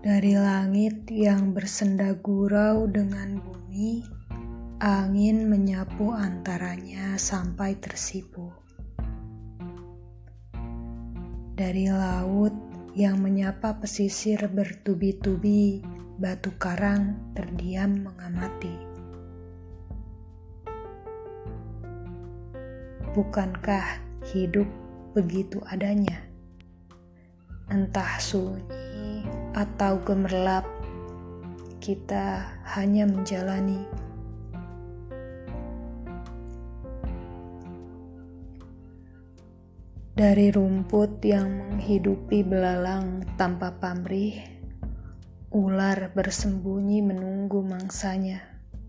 Dari langit yang bersenda gurau dengan bumi, angin menyapu antaranya sampai tersipu. Dari laut yang menyapa pesisir bertubi-tubi, batu karang terdiam mengamati. Bukankah hidup begitu adanya? Entah sunyi atau gemerlap, kita hanya menjalani. Dari rumput yang menghidupi belalang tanpa pamrih, ular bersembunyi menunggu mangsanya.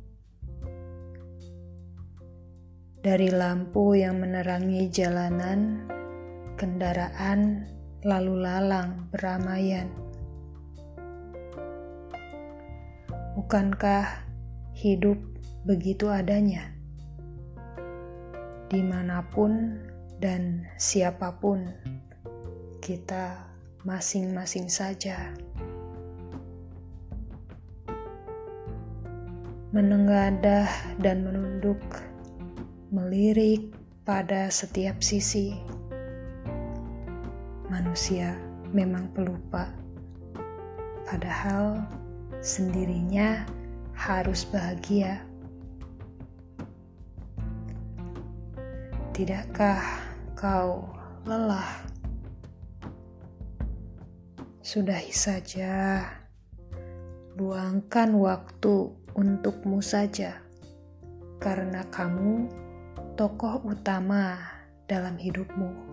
Dari lampu yang menerangi jalanan, kendaraan lalu lalang beramaian. Bukankah hidup begitu adanya? Dimanapun dan siapapun, kita masing-masing saja. Menengadah dan menunduk, melirik pada setiap sisi. Manusia memang pelupa, padahal sendirinya harus bahagia. Tidakkah kau lelah? Sudahi saja, luangkan waktu untukmu saja, karena kamu tokoh utama dalam hidupmu.